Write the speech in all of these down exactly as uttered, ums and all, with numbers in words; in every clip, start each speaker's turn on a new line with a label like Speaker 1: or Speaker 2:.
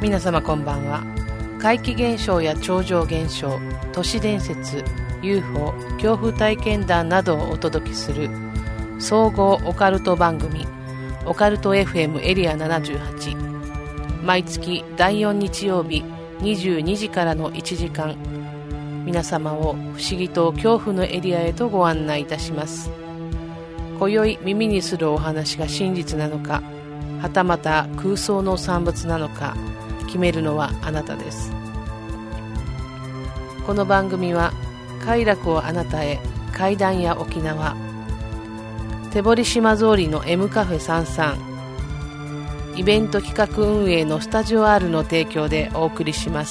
Speaker 1: 皆様こんばんは。怪奇現象や超常現象、都市伝説、 ユーフォー 恐怖体験談などをお届けする総合オカルト番組、オカルト エフエム エリアななじゅうはち。毎月だいよん日曜日にじゅうにじからのいちじかん、皆様を不思議と恐怖のエリアへとご案内いたします。今宵耳にするお話が真実なのか、はたまた空想の産物なのか、決めるのはあなたです。この番組は快楽をあなたへ、怪談や沖縄、手堀島通りの M カフェさんさん、イベント企画運営のスタジオ R の提供でお送りします。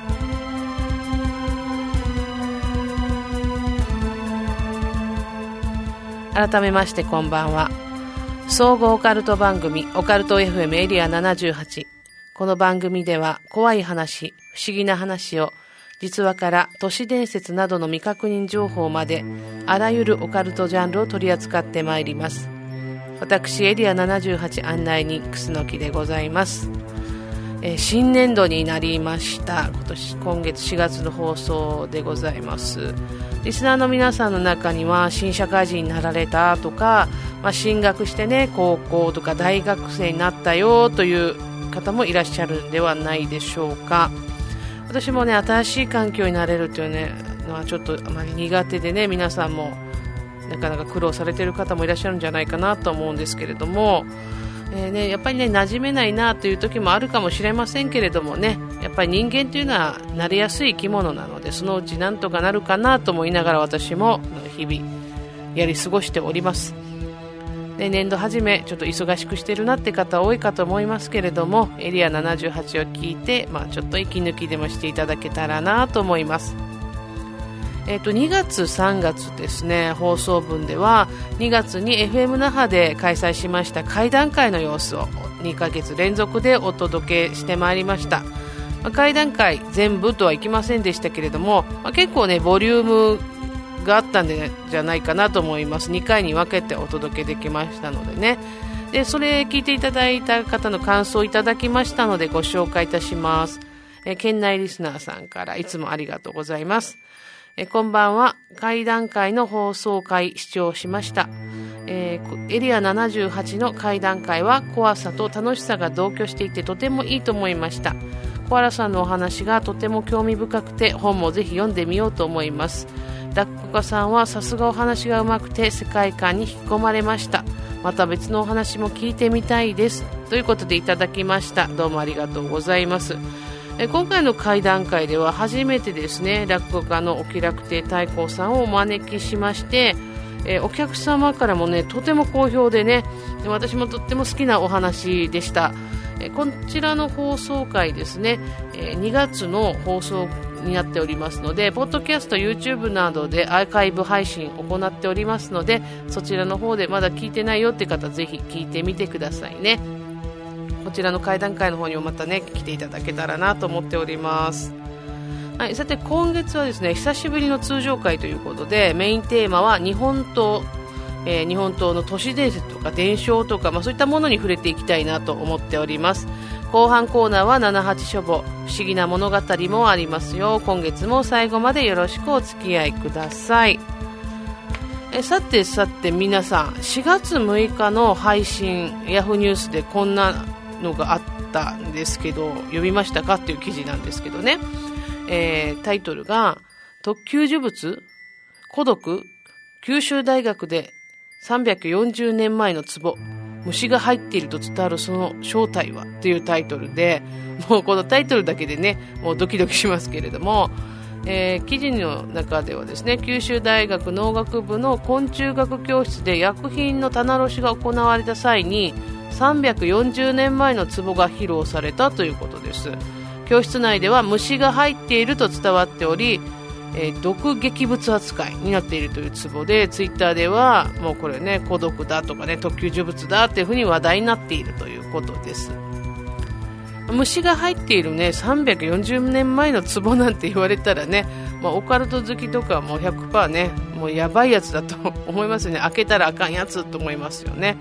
Speaker 1: 改めましてこんばんは。総合オカルト番組オカルト エフエム エリアななじゅうはち。この番組では怖い話、不思議な話を実話から都市伝説などの未確認情報まで、あらゆるオカルトジャンルを取り扱ってまいります。私エリアななじゅうはち案内人楠木でございます。えー、新年度になりました。今年今月しがつの放送でございます。リスナーの皆さんの中には新社会人になられたとか、まあ、進学してね高校とか大学生になったよという方もいらっしゃるんではないでしょうか。私もね新しい環境になれるというねのはちょっとあまり苦手でね、皆さんもなかなか苦労されている方もいらっしゃるんじゃないかなと思うんですけれども、えーね、やっぱりね馴染めないなという時もあるかもしれませんけれどもね、やっぱり人間というのは慣れやすい生き物なので、そのうちなんとかなるかなと思いながら私も日々やり過ごしております。で、年度初めちょっと忙しくしてるなって方多いかと思いますけれども、エリアななじゅうはちを聞いて、まあ、ちょっと息抜きでもしていただけたらなと思います。えーと、にがつさんがつですね、放送分ではにがつに エフエム 那覇で開催しました怪談会の様子をにかげつ連続でお届けしてまいりました。まあ、怪談会全部とはいきませんでしたけれども、まあ、結構ねボリュームがあったんでじゃないかなと思います。にかいに分けてお届けできましたのでね。で、それ聞いていただいた方の感想をいただきましたのでご紹介いたします。え県内リスナーさんからいつもありがとうございます。えこんばんは。怪談会の放送回視聴しました。えー、エリアななじゅうはちの怪談会は怖さと楽しさが同居していてとてもいいと思いました。小原さんのお話がとても興味深くて本もぜひ読んでみようと思います。落語家さんはさすがお話がうまくて世界観に引き込まれました。また別のお話も聞いてみたいですということでいただきました。どうもありがとうございます。え今回の怪談会では初めてですね、落語家のお気楽亭太閤さんをお招きしまして、えお客様からもねとても好評でね、私もとっても好きなお話でした。えこちらの放送回ですね、えにがつの放送になっておりますので、ポッドキャスト YouTube などでアーカイブ配信を行っておりますので、そちらの方でまだ聞いてないよって方ぜひ聞いてみてくださいね。こちらの怪談会の方にもまたね来ていただけたらなと思っております。はい、さて今月はですね久しぶりの通常回ということで、メインテーマは日本刀、えー、日本刀の都市伝説とか伝承とか、まあ、そういったものに触れていきたいなと思っております。後半コーナーはななはち書房、不思議な物語もありますよ。今月も最後までよろしくお付き合いください。えさてさて皆さん、しがつむいかの配信ヤフーニュースでこんなのがあったんですけど、読みましたかっていう記事なんですけどね、えー、タイトルが特級呪物孤独、九州大学でさんびゃくよんじゅうねんまえの壺、虫が入っていると伝わるその正体はというタイトルで、もうこのタイトルだけでねもうドキドキしますけれども、えー、記事の中ではですね、九州大学農学部の昆虫学教室で薬品の棚卸しが行われた際にさんびゃくよんじゅうねんまえの壺が披露されたということです。教室内では虫が入っていると伝わっており、えー、毒劇物扱いになっているという壺で、ツイッターではもうこれね孤独だとかね特級呪物だっていうふうに話題になっているということです。虫が入っているねさんびゃくよんじゅうねんまえの壺なんて言われたらね、まあ、オカルト好きとかはもう ひゃくパーセント ねもうやばいやつだと思いますよね。開けたらあかんやつと思いますよね。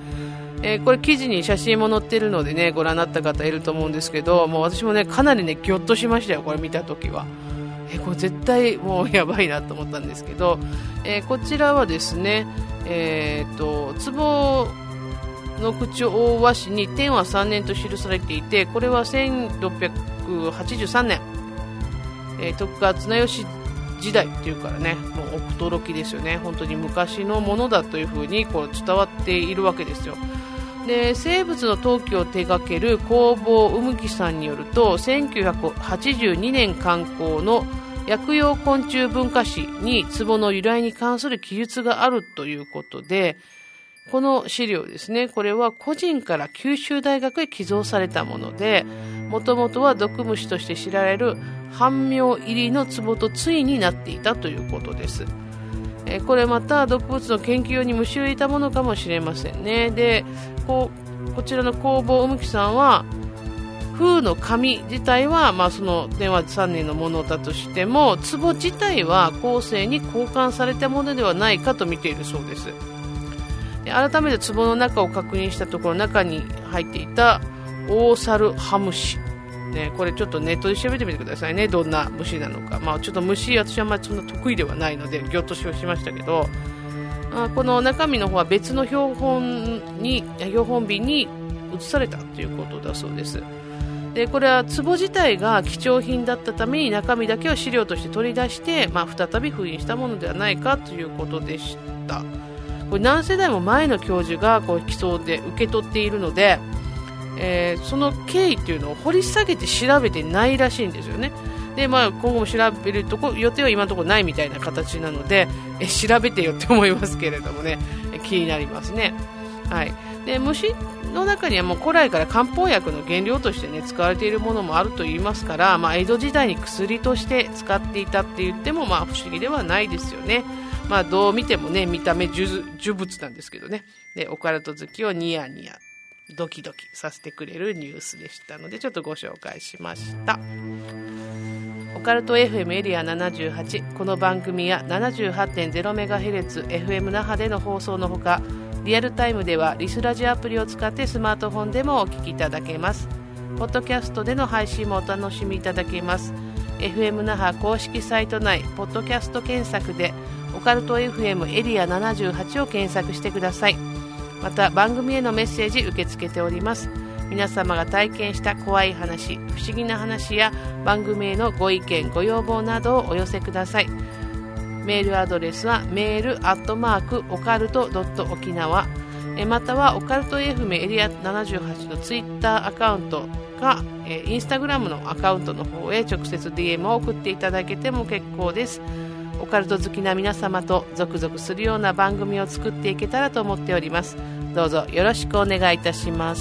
Speaker 1: えー、これ記事に写真も載ってるのでね、ご覧になった方いると思うんですけど、もう私もねかなりねギョッとしましたよ、これ見たときは。えー、これ絶対もうやばいなと思ったんですけど、えー、こちらはですね、えー、と壺の口大和紙に天和さんねんと記されていて、これはせんろっぴゃくはちじゅうさんねん、えー、徳川綱吉時代っていうからね、もう驚きですよね。本当に昔のものだというふうにこう伝わっているわけですよ。で、生物の陶器を手掛ける工房うむきさんによると、せんきゅうひゃくはちじゅうにねん刊行の薬用昆虫文化史に壺の由来に関する記述があるということで、この資料ですね、これは個人から九州大学へ寄贈されたもので、もともとは毒虫として知られる半妙入りの壺と対になっていたということです。えー、これまた毒物の研究用に虫を入れたものかもしれませんね。で、こうこちらの工房うむきさんは、封の紙自体は、まあ、その天和さんねんのものだとしても、壺自体は後世に交換されたものではないかと見ているそうです。で、改めて壺の中を確認したところ、中に入っていたオオサルハムシ、ね、これちょっとネットで調べてみてくださいね、どんな虫なのか。まあ、ちょっと虫、私はあんまりそんな得意ではないのでギョッとしましたけど、あ、この中身の方は別の標本に標本瓶に移されたということだそうです。で、これは壺自体が貴重品だったために中身だけを資料として取り出して、まあ、再び封印したものではないかということでした。これ何世代も前の教授がこう寄贈で受け取っているので、えー、その経緯というのを掘り下げて調べてないらしいんですよね。で、まあ、今後も調べるとこ予定は今のところないみたいな形なので、え調べてよって思いますけれどもね、気になりますね。はい。で、虫の中にはもう古来から漢方薬の原料として、ね、使われているものもあると言いますから、まあ、江戸時代に薬として使っていたって言っても、まあ、不思議ではないですよね。まあ、どう見てもね、見た目呪物なんですけどね。で、オカルト好きをニヤニヤドキドキさせてくれるニュースでしたので、ちょっとご紹介しました。オカルト エフエム エリアななじゅうはち、この番組や ななじゅうはちてんゼロメガヘルツ エフエム 那覇での放送のほか、リアルタイムではリスラジアプリを使ってスマートフォンでもお聞きいただけます。ポッドキャストでの配信もお楽しみいただけます。 エフエム 那覇公式サイト内ポッドキャスト検索でオカルト エフエム エリアななじゅうはちを検索してください。また番組へのメッセージ受け付けております。皆様が体験した怖い話、不思議な話や番組へのご意見ご要望などをお寄せください。メールアドレスはメールアットマークオカルトドット沖縄、またはオカルト エフエム エリアななじゅうはちのツイッターアカウントかインスタグラムのアカウントの方へ直接 ディーエム を送っていただけても結構です。オカルト好きな皆様とゾクゾクするような番組を作っていけたらと思っております。どうぞよろしくお願いいたします。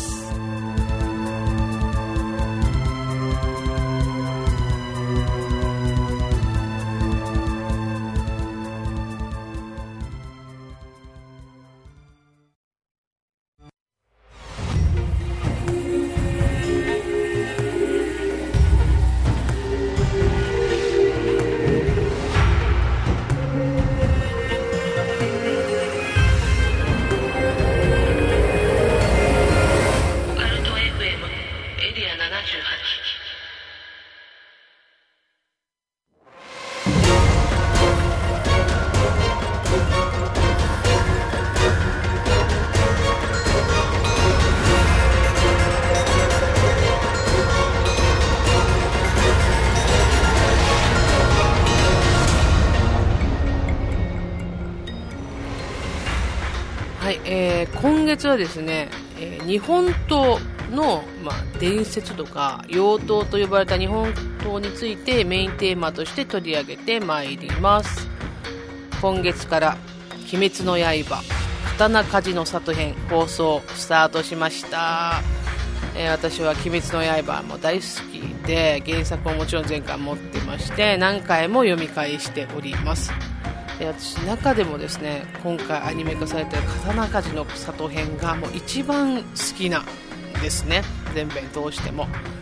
Speaker 1: はいえー、今月はですね、えー、日本刀の、まあ、伝説とか妖刀と呼ばれた日本刀についてメインテーマとして取り上げてまいります。今月から鬼滅の刃刀鍛冶の里編放送スタートしました。えー、私は鬼滅の刃も大好きで、原作ももちろん前回持ってまして何回も読み返しております。私中でもですね、今回アニメ化されている刀鍛冶の里編がもう一番好きなんですね。全編通しても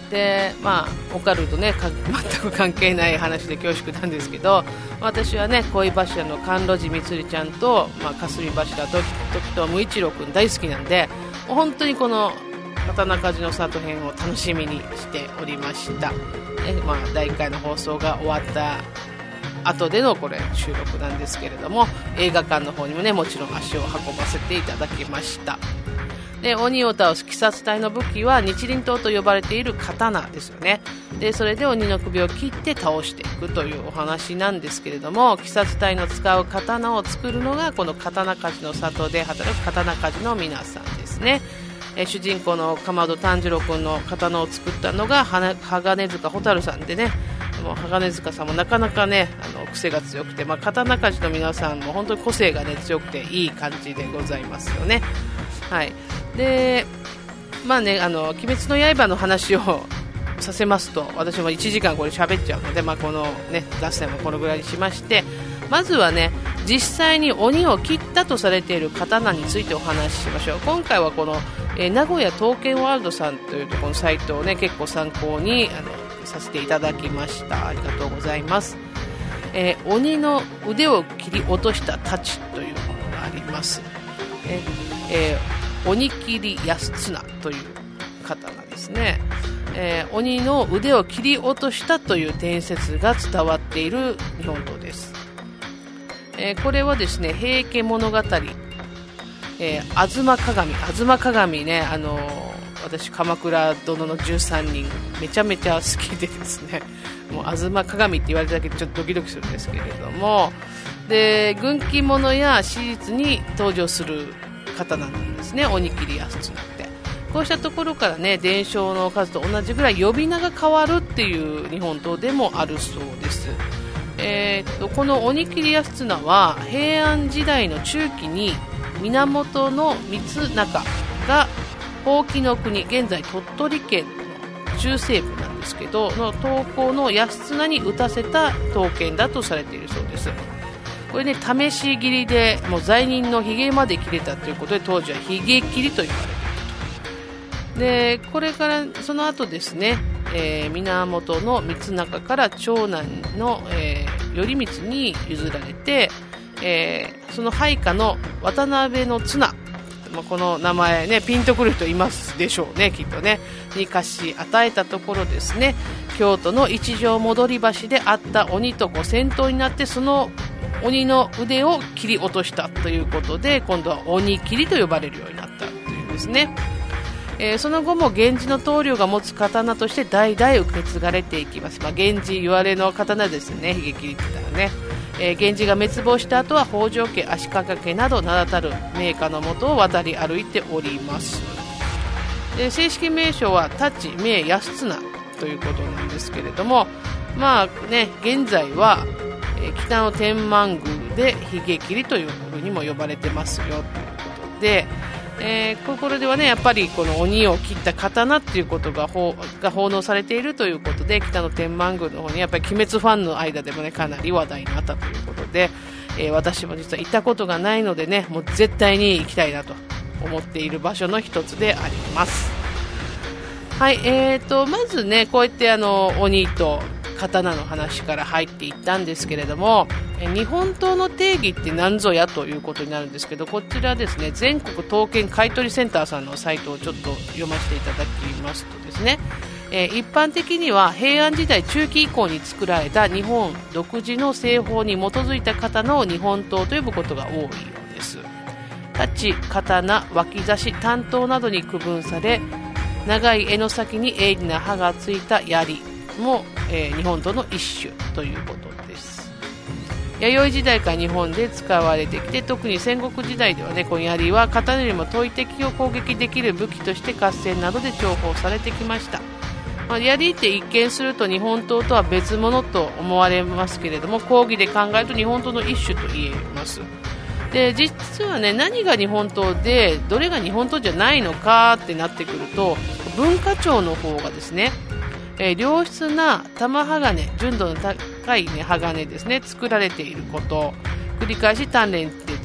Speaker 1: でまあオカルトね全く関係ない話で恐縮なんですけど、私はね恋柱の甘露寺みつりちゃんと、まあ、霞柱と時と無一郎くん大好きなんで、本当にこの刀鍛冶の里編を楽しみにしておりました、え、まあ、だいいっかいの放送が終わった後でのこれ収録なんですけれども、映画館の方にもねもちろん足を運ばせていただきました。で鬼を倒す鬼殺隊の武器は日輪刀と呼ばれている刀ですよね。でそれで鬼の首を切って倒していくというお話なんですけれども、鬼殺隊の使う刀を作るのがこの刀鍛冶の里で働く刀鍛冶の皆さんですね。え主人公の竈門炭治郎君の刀を作ったのが鋼塚蛍さんでね、もう鋼塚さんもなかなかねあの癖が強くて、まあ、刀鍛冶の皆さんも本当に個性がね強くていい感じでございますよね。はい。でまあねあの鬼滅の刃の話をさせますと、私もいちじかんこれ喋っちゃうので、まあ、このね脱線はこのぐらいにしまして、まずはね実際に鬼を切ったとされている刀についてお話ししましょう。今回はこの、えー、名古屋刀剣ワールドさんというところのサイトをね結構参考にあのさせていただきました。ありがとうございます。えー、鬼の腕を切り落とした太刀というものがあります。ええー、鬼切安綱という刀ですね。えー、鬼の腕を切り落としたという伝説が伝わっている日本刀です。えー、これはですね平家物語、えー、吾妻鏡吾妻鏡ね、あのー、私鎌倉殿のじゅうさんにんめちゃめちゃ好きでですね、もう吾妻鏡って言われただけでちょっとドキドキするんですけれども、で軍記物や史実に登場する刀なんですね、鬼切安綱って。こうしたところからね伝承の数と同じぐらい呼び名が変わるっていう日本刀でもあるそうです。えー、とこの鬼切安綱は平安時代の中期に源光中が宝亀の国、現在鳥取県の中西部なんですけどの刀工の安綱に打たせた刀剣だとされているそうです。これね試し切りでもう罪人のひげまで切れたということで当時はひげ切りと言われていると。でこれからその後ですね、えー、源光中から長男の、えー、頼光に譲られて、えー、その配下の渡辺の綱、この名前ねピンとくる人いますでしょうねきっとね、に貸し与えたところですね、京都の一条戻り橋であった鬼とこう戦闘になって、その鬼の腕を切り落としたということで今度は鬼切りと呼ばれるようになったというんですね。えー、その後も源氏の棟梁が持つ刀として代々受け継がれていきます。まあ、源氏言われの刀ですね、ひげ切りって言ったらね。えー、源氏が滅亡した後は北条家、足利家など名だたる名家のもとを渡り歩いております。で正式名称は太刀名安綱ということなんですけれども、まあね現在は、えー、北の天満宮でひげ切りというふうにも呼ばれてますよということで、えー、ここではねやっぱりこの鬼を切った刀っていうことが奉が奉納されているということで、北の天満宮の方にやっぱり鬼滅ファンの間でもねかなり話題になったということで、えー、私も実は行ったことがないのでねもう絶対に行きたいなと思っている場所の一つであります。はい、えーとまずねこうやってあの鬼と刀の話から入っていったんですけれども、日本刀の定義って何ぞやということになるんですけど、こちらですね全国刀剣買取センターさんのサイトをちょっと読ませていただきますとですね、えー、一般的には平安時代中期以降に作られた日本独自の製法に基づいた刀を日本刀と呼ぶことが多いようです。太刀、刀、脇差し、短刀などに区分され、長い柄の先に鋭利な刃がついた槍も、えー、日本刀の一種ということです。弥生時代から日本で使われてきて、特に戦国時代ではねこの槍は刀よりも遠い敵を攻撃できる武器として合戦などで重宝されてきました。まあ、槍って一見すると日本刀とは別物と思われますけれども、講義で考えると日本刀の一種と言えます。で実はね何が日本刀でどれが日本刀じゃないのかってなってくると、文化庁の方がですね、えー、良質な玉鋼、純度の高い、ね、鋼ですね作られていること、繰り返し鍛錬で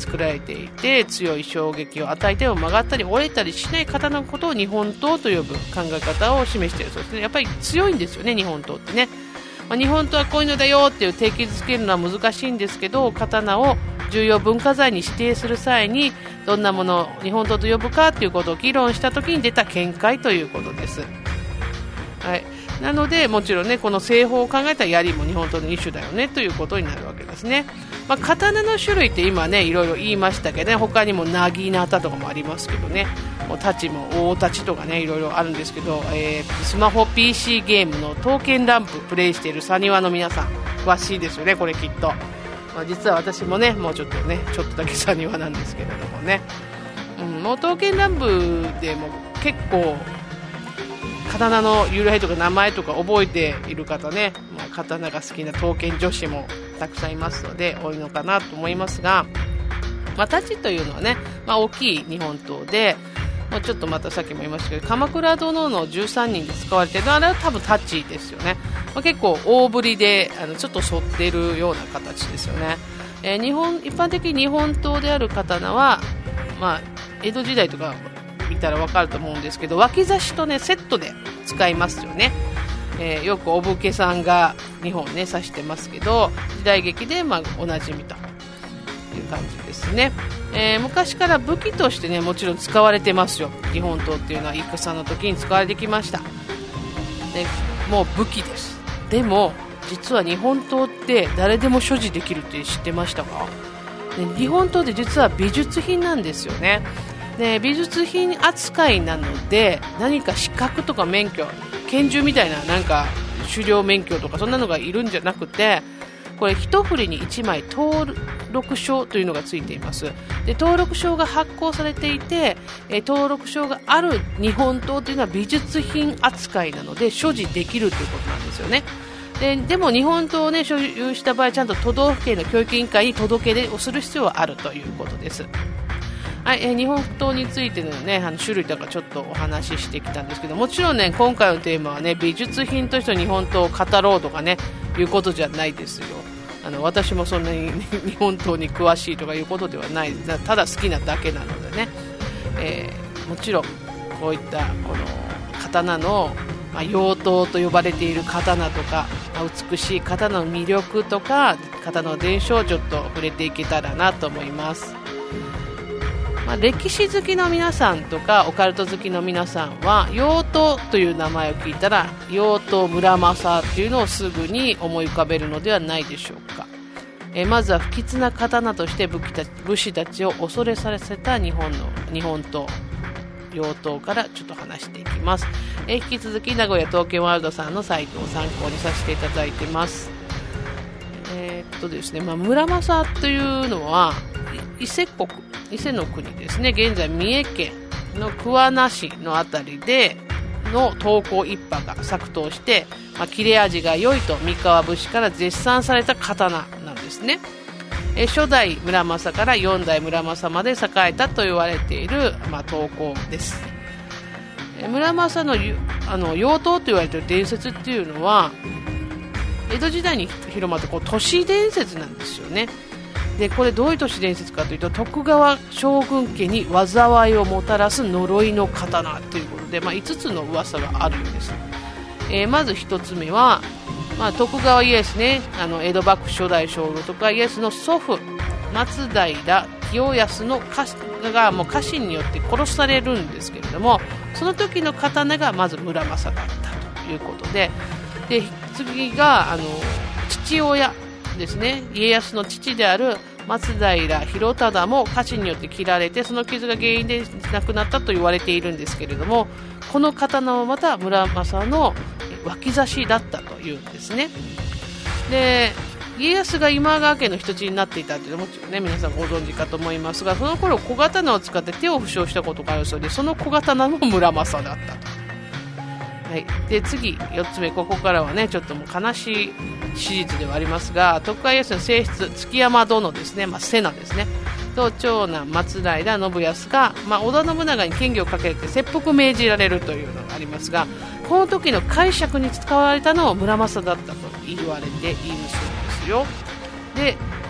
Speaker 1: 作られていて、強い衝撃を与えても曲がったり折れたりしない刀のことを日本刀と呼ぶ考え方を示しているそうですね。やっぱり強いんですよね、日本刀ってね。まあ、日本刀はこういうのだよっていう定義づけるのは難しいんですけど、刀を重要文化財に指定する際にどんなものを日本刀と呼ぶかということを議論したときに出た見解ということです。はい、なのでもちろんね、この製法を考えたら槍も日本刀の一種だよねということになるわけですね。まあ、刀の種類って今ねいろいろ言いましたけどね、他にもなぎなたとかもありますけどね、もう太刀も大太刀とかねいろいろあるんですけど、えー、スマホ ピーシー ゲームの刀剣乱舞プレイしているサニワの皆さん詳しいですよね、これきっと。まあ、実は私もねもうちょっとねちょっとだけサニワなんですけれどもね、うん、もう刀剣乱舞でも結構刀の由来とか名前とか覚えている方ね、まあ、刀が好きな刀剣女子もたくさんいますので多いのかなと思いますが、まあ、太刀というのはね、まあ、大きい日本刀で、もうちょっとまたさっきも言いましたけど鎌倉殿のじゅうさんにんで使われているのはあれは多分太刀ですよね。まあ、結構大ぶりであのちょっと反っているような形ですよね。えー、日本一般的に日本刀である刀は、まあ、江戸時代とか見たら分かると思うんですけど、脇差しとねセットで使いますよね。えー、よくお武家さんがにほんね刺してますけど、時代劇でまあおなじみという感じですね。えー、昔から武器としてねもちろん使われてますよ。日本刀っていうのは戦の時に使われてきました。でもう武器です。でも実は日本刀って誰でも所持できるって知ってましたか？で日本刀って実は美術品なんですよね。で美術品扱いなので何か資格とか免許、拳銃みたいななんか狩猟免許とかそんなのがいるんじゃなくて、これ一振りにいちまい登録証というのがついています。で登録証が発行されていて、え登録証がある日本刀というのは美術品扱いなので所持できるということなんですよね。で, でも日本刀を、ね、所有した場合ちゃんと都道府県の教育委員会に届け出をする必要はあるということです。はい、えー、日本刀についての、ね、あの種類とかちょっとお話ししてきたんですけど、もちろんね今回のテーマはね美術品としての日本刀を語ろうとかねいうことじゃないですよ。あの私もそんなに日本刀に詳しいとかいうことではない、ただ好きなだけなのでね、えー、もちろんこういったこの刀の、まあ、用刀と呼ばれている刀とか、まあ、美しい刀の魅力とか刀の伝承をちょっと触れていけたらなと思います。まあ、歴史好きの皆さんとかオカルト好きの皆さんは用刀という名前を聞いたら用刀村正というのをすぐに思い浮かべるのではないでしょうか。えまずは不吉な刀として武器た武士たちを恐れさせた日本の日本刀用刀からちょっと話していきます。え引き続き名古屋刀剣ワールドさんのサイトを参考にさせていただいてます。えーっとですねまあ、村正というのは伊勢国伊勢の国ですね。現在三重県の桑名市のあたりでの刀工一派が作刀して、まあ、切れ味が良いと三河武士から絶賛された刀なんですね。え初代村正からよんだい村正まで栄えたと言われている、まあ、刀工です。え村正のあの用刀と言われている伝説っていうのは江戸時代に広まったこう都市伝説なんですよね。でこれどういう都市伝説かというと徳川将軍家に災いをもたらす呪いの刀ということで、まあ、いつつの噂があるようです。えー、まずひとつめは、まあ、徳川家康ね、あの江戸幕府初代将軍とか家康の祖父松平清康の家がもう家臣によって殺されるんですけれども、その時の刀がまず村正だったということで、で次があの父親ですね、家康の父である松平広忠も家臣によって切られてその傷が原因で亡くなったと言われているんですけれども、この刀はまた村正の脇差しだったというんですね。で家康が今川家の人質になっていたというのはもちろんね皆さんご存知かと思いますが、その頃小刀を使って手を負傷したことがあるそうで、その小刀も村正だったと。はい、で次よっつめ、ここからはねちょっともう悲しい史実ではありますが、徳川家康の正室築山殿ですね、まあ、瀬名ですねと長男松平信康が、まあ、織田信長に権限をかけて切腹命じられるというのがありますが、この時の解釈に使われたのは村正だったと言われているそうですよ。で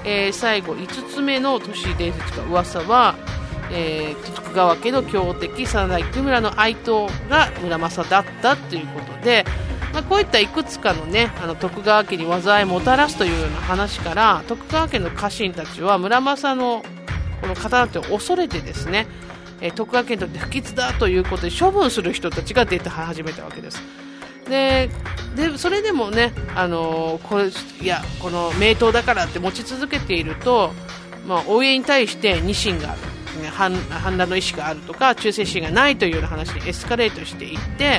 Speaker 1: えー、最後いつつめの都市伝説か噂は、えー、徳川家の強敵真田幸村の愛刀が村正だったということで、まあ、こういったいくつかのね、あの徳川家に災いをもたらすというような話から、徳川家の家臣たちは村正のこの刀を恐れてですね、えー、徳川家にとって不吉だということで処分する人たちが出て始めたわけです。ででそれでもね、あのー、これいやこの名刀だからって持ち続けていると、まあ、お家に対して二心がある、ね、反, 反乱の意思があるとか忠誠心がないというような話にエスカレートしていって、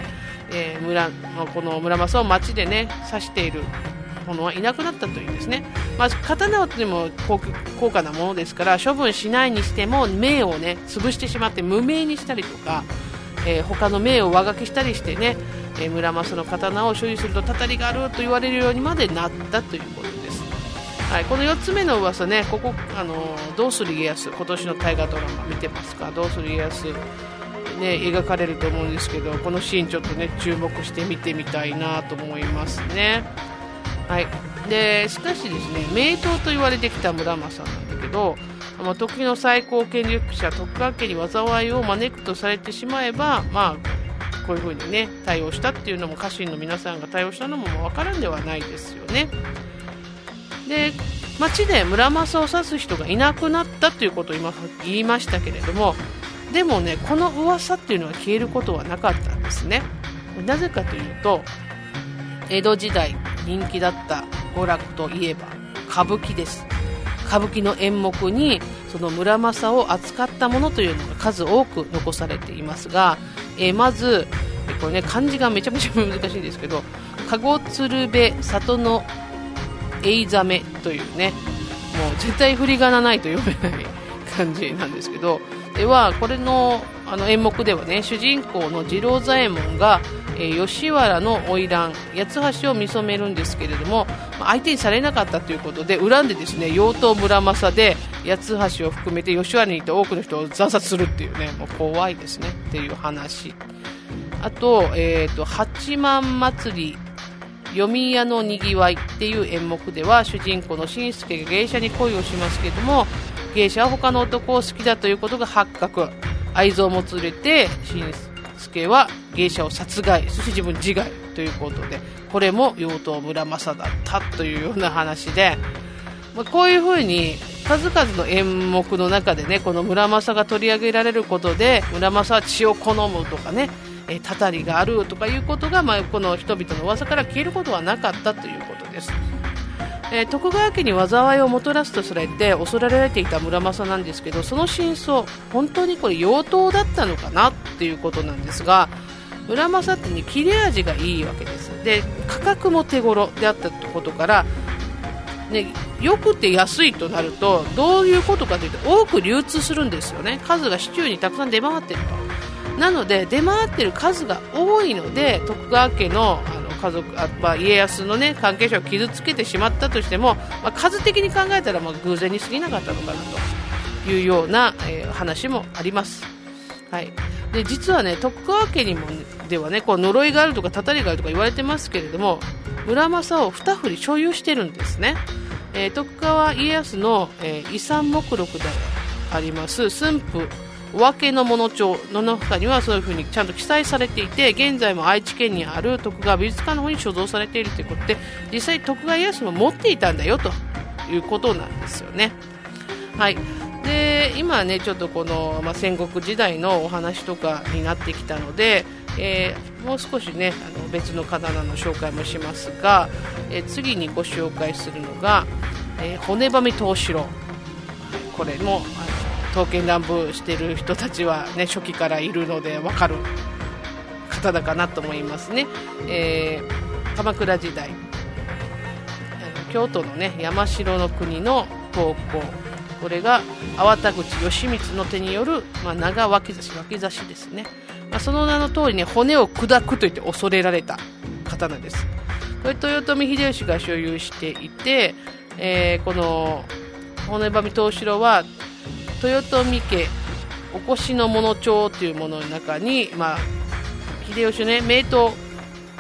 Speaker 1: えー、村この村正を町でね刺している者はいなくなったというんですね。まあ、刀でも高価なものですから処分しないにしても名をね潰してしまって無名にしたりとか、えー、他の名を上書きしたりしてね、えー、村正の刀を所有するとたたりがあると言われるようにまでなったということです。はい、このよっつめの噂ね、ここあのどうする家康、今年の大河ドラマ見てますか？どうする家康ね、描かれると思うんですけど、このシーンちょっとね注目して見てみたいなと思いますね。はい、でしかしですね、名刀と言われてきた村正なんだけど、まあ、時の最高権力者徳川家に災いを招くとされてしまえば、まあ、こういうふうにね対応したっていうのも家臣の皆さんが対応したのも分からんではないですよね。で町で村正を指す人がいなくなったということを今言いましたけれども、でもねこの噂っていうのは消えることはなかったんですね。なぜかというと、江戸時代人気だった娯楽といえば歌舞伎です。歌舞伎の演目にその村正を扱ったものというのが数多く残されていますが、えー、まずこれね漢字がめちゃめちゃ難しいんですけど、籠鶴瓶里のえいざめというね、もう絶対振り仮名ないと読めない感じなんですけど、ではこれのあの演目ではね、主人公の次郎左衛門が、えー、吉原の花魁八橋を見初めるんですけれども、まあ、相手にされなかったということで恨んでですね、妖刀村正で八橋を含めて吉原にいて多くの人を惨殺するっていうね、もう怖いですねっていう話。あと、えーと、八幡祭り読み屋のにぎわいっていう演目では、主人公の新助が芸者に恋をしますけれども、芸者は他の男を好きだということが発覚。愛憎もつれて新助は芸者を殺害、そして自分自害ということで、これも妖刀村正だったというような話で、まあ、こういうふうに数々の演目の中でね、この村正が取り上げられることで、村正は血を好むとかね、えー、たたりがあるとかいうことが、まあ、この人々の噂から消えることはなかったということです。えー、徳川家に災いをもたらすとされて恐れられていた村正なんですけど、その真相、本当にこれ妖刀だったのかなっていうことなんですが、村正って、ね、切れ味がいいわけです。で価格も手頃であったことから、ね、よくて安いとなるとどういうことかというと、多く流通するんですよね。数が市中にたくさん出回っていると。なので出回っている数が多いので、徳川家のあの家族あ、まあ、家康の、ね、関係者を傷つけてしまったとしても、まあ、数的に考えたらまあ偶然に過ぎなかったのかなというような、えー、話もあります。はい、で実はね、徳川家にもではね、こう呪いがあるとかたたりがあるとか言われてますけれども、村正を二振り所有してるんですね。えー、徳川家康の、えー、遺産目録であります駿府お分けの物帳の中にはそういう風にちゃんと記載されていて、現在も愛知県にある徳川美術館の方に所蔵されているということで、実際徳川家康も持っていたんだよということなんですよね。はい、で今ねちょっとこの、まあ、戦国時代のお話とかになってきたので、えー、もう少しねあの別の刀の紹介もしますが、えー、次にご紹介するのが、えー、骨喰藤四郎。これもあの刀剣乱舞している人たちは、ね、初期からいるので分かる刀かなと思いますね。えー、鎌倉時代京都の、ね、山城の国の刀工、これが粟田口義満の手による、まあ、長脇差し脇差しですね。まあ、その名の通り、ね、骨を砕くといって恐れられた刀です。これ豊臣秀吉が所有していて、えー、この骨喰藤四郎は豊臣家お越しの物帳というものの中に、まあ、秀吉ね名刀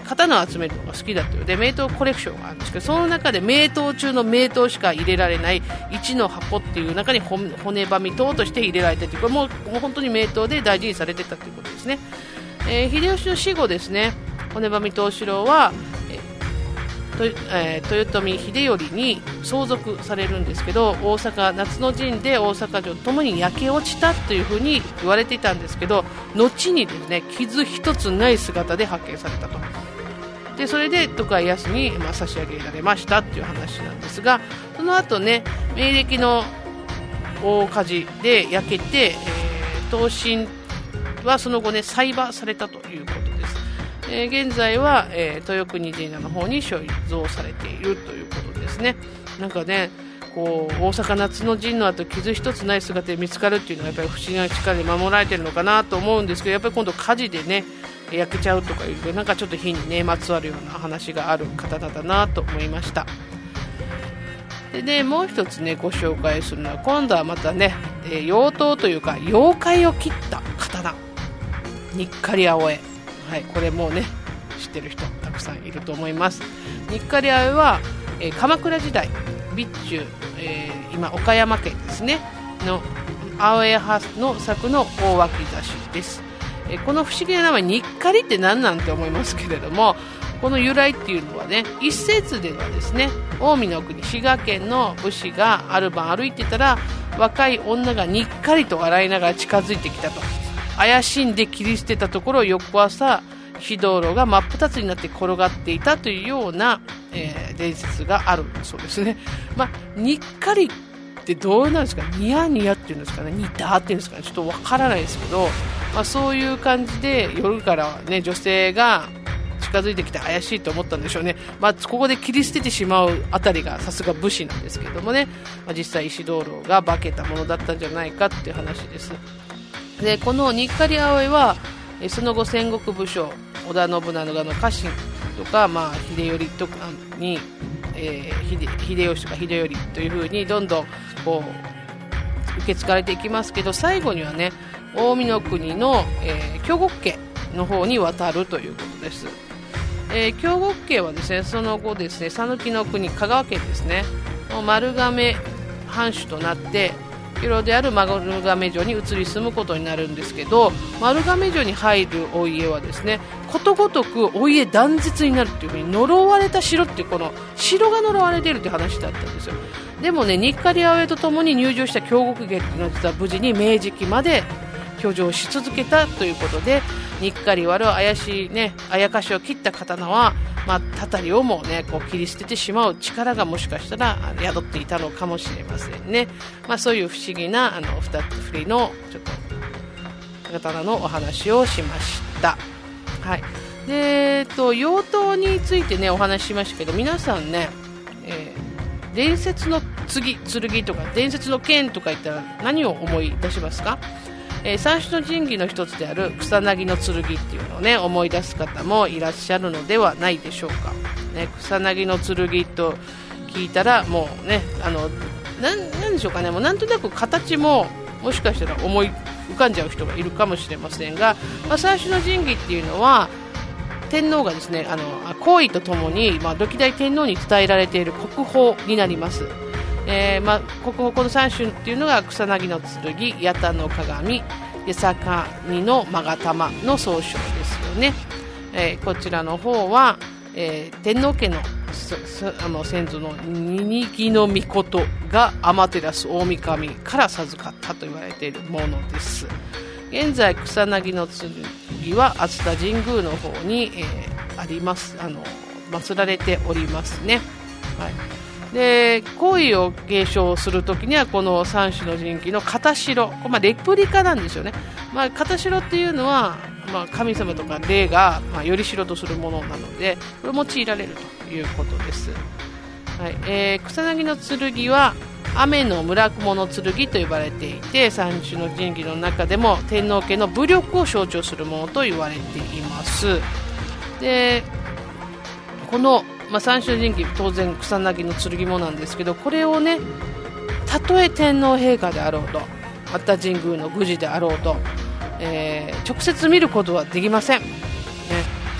Speaker 1: 刀を集めるのが好きだったので名刀コレクションがあるんですけど、その中で名刀中の名刀しか入れられないいちの箱っていう中に骨ばみ刀として入れられていて、これももう本当に名刀で大事にされてたということですね。えー、秀吉の死後ですね、骨ばみ藤四郎は、えーとえー、豊臣秀頼に相続されるんですけど、大阪夏の陣で大阪城ともに焼け落ちたというふうに言われていたんですけど、後にですね傷一つない姿で発見されたと。でそれで徳川家康に、まあ、差し上げられましたという話なんですが、その後ね明暦の大火事で焼けて、えー、刀身はその後ね裁判されたということです。えー、現在は、えー、豊国神社の方に所蔵されているということですね。なんかねこう大阪夏の陣の後傷一つない姿で見つかるっていうのはやっぱり不思議な力で守られているのかなと思うんですけど、やっぱり今度火事でね焼けちゃうとかいうなんかちょっと火にねまつわるような話がある方だなと思いました。でね、もう一つねご紹介するのは今度はまたね、えー、妖刀というか妖怪を切った刀、にっかり青江、はい、これもうね知ってる人たくさんいると思います。にっかり青江は、えー、鎌倉時代備中、えー、今岡山県ですねの青江派の作の大脇差しです。えー、この不思議な名前にっかりって何なんて思いますけれども、この由来っていうのはね、一説ではですね近江の国滋賀県の武士がある晩歩いてたら若い女がにっかりと笑いながら近づいてきたと、怪しんで切り捨てたところ翌朝火道路が真っ二つになって転がっていたというような、えー、伝説があるそうですね。まあ、にっかりってどうなんですか、ニヤニヤっていうんですかね、ニタっていうんですかね、ちょっとわからないですけど、まあ、そういう感じで夜からね女性が近づいてきて怪しいと思ったんでしょうね。まあ、ここで切り捨ててしまうあたりがさすが武士なんですけどもね、まあ、実際石灯籠が化けたものだったんじゃないかっていう話です。でこのにっかり青江はその後戦国武将織田信長の家臣とか、まあ、秀頼とかに、えー、秀, 秀吉とか秀頼という風にどんどんこう受け継がれていきますけど、最後にはね近江の国の、えー、京極家の方に渡るということです。えー、京極家はですねその後ですね讃岐の国香川県ですね丸亀藩主となって広である丸亀城に移り住むことになるんですけど、丸亀城に入るお家はですねことごとくお家断絶になるっていう風に呪われた城っていうこの城が呪われているという話だったんですよ。でもねにっかり青江とともに入城した京極家っていうのは実は無事に明治期まで居城し続けたということで、にっかり割る怪しいねあやかしを切った刀は、まあ、たたりをもねこう切り捨ててしまう力がもしかしたら宿っていたのかもしれませんね。まあ、そういう不思議なあのふたつ振りのちょっと刀のお話をしました。はい。で、えっと妖刀についてねお話ししましたけど、皆さんね、えー、伝説の次剣とか伝説の剣とか言ったら何を思い出しますか？えー、三種の神器の一つである草薙の剣っていうのをね思い出す方もいらっしゃるのではないでしょうか、ね、草薙の剣と聞いたらもうねあのな ん, なんでしょうかね、もうなんとなく形ももしかしたら思い浮かんじゃう人がいるかもしれませんが、まあ、三種の神器っていうのは天皇がですねあの皇位とともに、まあ、歴代天皇に伝えられている国宝になります。えーまあ、こここのさん種っていうのが草薙の剣、八田の鏡、八坂にの勾玉の総称ですよね。えー、こちらの方は、えー、天皇家のあの先祖のに木の御事が天照大神から授かったと言われているものです。現在草薙の剣は熱田神宮の方に、えー、ありますあの祀られておりますね。はい。で皇位を継承するときにはこの三種の神器の片白、まあ、レプリカなんですよね。まあ、片白っていうのは、まあ、神様とか霊が、まあ、より代とするものなのでこれ用いられるということです。はい。えー、草薙の剣は雨の村雲の剣と呼ばれていて、三種の神器の中でも天皇家の武力を象徴するものと言われています。でこのまあ、三種の神器当然草薙の剣もなんですけど、これをねたとえ天皇陛下であろうと熱田神宮の宮司であろうと、えー、直接見ることはできません、ね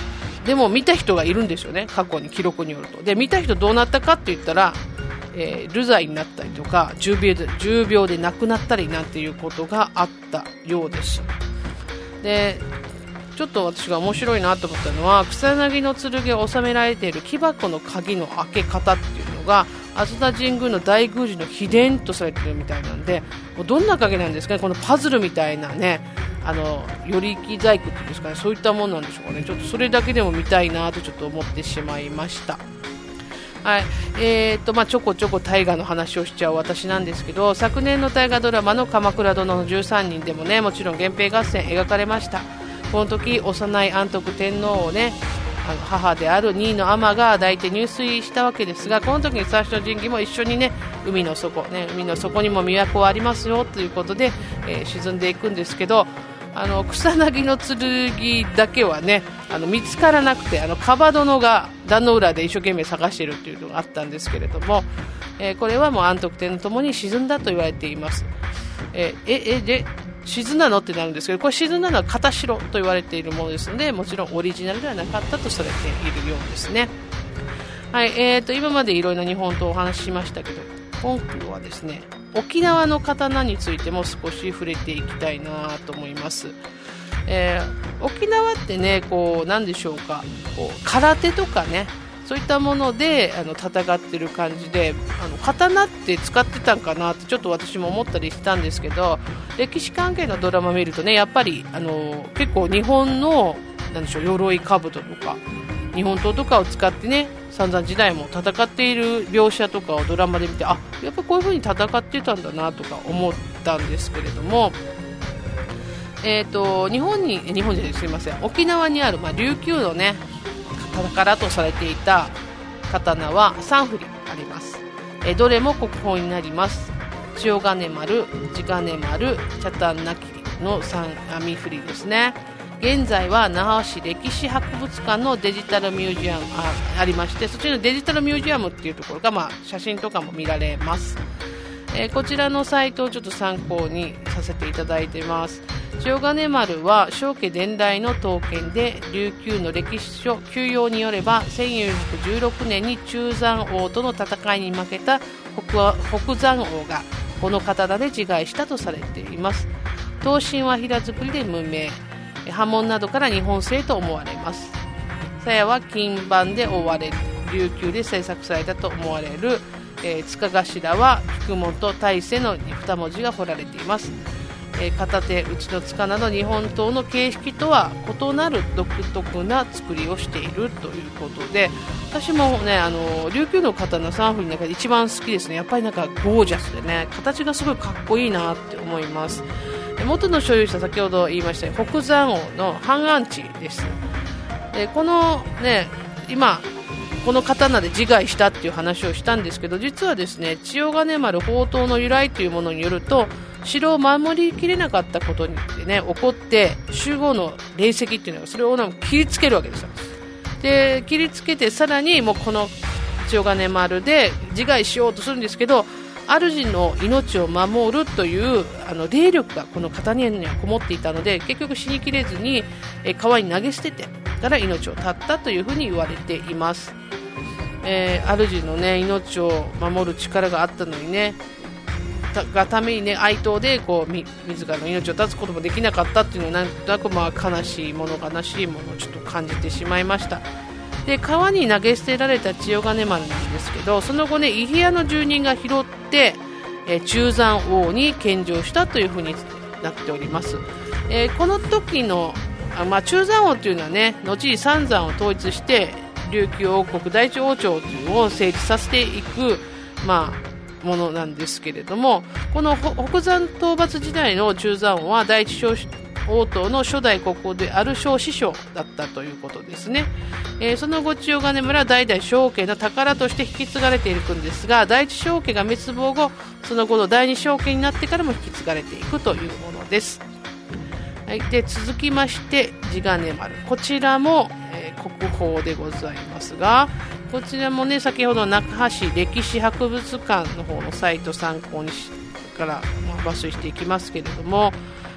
Speaker 1: でも見た人がいるんですよね、過去に記録によると。で見た人どうなったかって言ったら、えー、流罪になったりとか重病で、重病で亡くなったりなんていうことがあったようです。でちょっと私が面白いなと思ったのは、草薙の剣を収められている木箱の鍵の開け方っていうのが飛鳥神宮の大宮司の秘伝とされているみたいなんで、もうどんな鍵なんですかね、このパズルみたいなね、あのよりき細工っていうんですかね、そういったものなんでしょうかね。ちょっとそれだけでも見たいなとちょっと思ってしまいました。はい、えーとまあ、ちょこちょこ大河の話をしちゃう私なんですけど、昨年の大河ドラマの鎌倉殿のじゅうさんにんでもね、もちろん源平合戦描かれました。この時幼い安徳天皇をね、あの母である二位の尼が抱いて入水したわけですが、この時に最初の神器も一緒にね、海の底、ね、海の底にも都はありますよということで、えー、沈んでいくんですけど、あの草薙の剣だけはね、あの見つからなくて、あの蒲殿が壇の浦で一生懸命探しているというのがあったんですけれども、えー、これはもう安徳天皇ともに沈んだと言われています。えー、ええで沈んだのってなるんですけど、これ沈んだのは片白と言われているものですので、もちろんオリジナルではなかったとされているようですね。はい、えーと今までいろいろな日本刀をお話ししましたけど、今回はですね、沖縄の刀についても少し触れていきたいなと思います。えー、沖縄ってね、こうなんでしょうか、こう空手とかね、そういったものであの戦ってる感じで、あの刀って使ってたんかなってちょっと私も思ったりしたんですけど、歴史関係のドラマ見るとね、やっぱりあの結構日本のなんでしょう、鎧兜とか日本刀とかを使ってね、散々時代も戦っている描写とかをドラマで見て、あ、やっぱこういう風に戦ってたんだなとか思ったんですけれども、えーと日本に日本じゃないすいません沖縄にある、まあ、琉球のね宝とされていた刀はさん振りあります。えー、どれも国宝になります。千代金丸、地金丸、茶炭なきりのさん網振りですね。現在は那覇市歴史博物館のデジタルミュージアム あ, ありまして、そちらのデジタルミュージアムっていうところが、まあ、写真とかも見られます。えー、こちらのサイトをちょっと参考にさせていただいています。千代金丸は正家伝来の刀剣で、琉球の歴史書旧要によればせんよんひゃくじゅうろくねんに中山王との戦いに負けた 北, 北山王がこの刀で自害したとされています。刀身は平作りで無名、刃文などから日本製と思われます。鞘は金板で覆われる琉球で制作されたと思われる、えー、塚頭は菊本大勢のに文字が彫られています。えー、片手打ちの塚など日本刀の形式とは異なる独特な作りをしているということで、私もね、あの琉球の刀さん振りの中で一番好きですね。やっぱりなんかゴージャスでね、形がすごいかっこいいなって思います。元の所有者、先ほど言いましたように北山王の半安地です。でこのね、今この刀で自害したっていう話をしたんですけど、実はですね、千代金丸宝刀の由来というものによると、城を守りきれなかったことにね、起こって守護の霊石っていうのがそれを切りつけるわけですよ。で切りつけて、さらにもうこの千代金丸で自害しようとするんですけど、主の命を守るというあの霊力がこの刀にはこもっていたので、結局死にきれずにえ川に投げ捨ててから命を絶ったというふうに言われています。えー、主の、ね、命を守る力があったのにね、たがためにね、哀悼でこうみ自らの命を絶つこともできなかったっていうのは、なんとなくまあ悲しいもの悲しいものをちょっと感じてしまいました。で川に投げ捨てられた千代金丸なんですけど、その後ね、伊平屋の住人が拾って、えー、中山王に献上したというふうになっております。えー、この時のあ、まあ、中山王というのはね、後に三山を統一して琉球王国第一王朝というのを成立させていく、まあ、ものなんですけれども、この北山討伐時代の中山王は第一王朝の初代国王である小師匠だったということですね。えー、その後千代金村は代々正家の宝として引き継がれていくんですが、第一正家が滅亡後、その後の第二正家になってからも引き継がれていくというものです。はい、で続きまして地金丸、こちらも、えー、国宝でございますが、こちらもね、先ほど那覇市歴史博物館の方のサイト参考にしから、まあ、抜粋していきますけれども、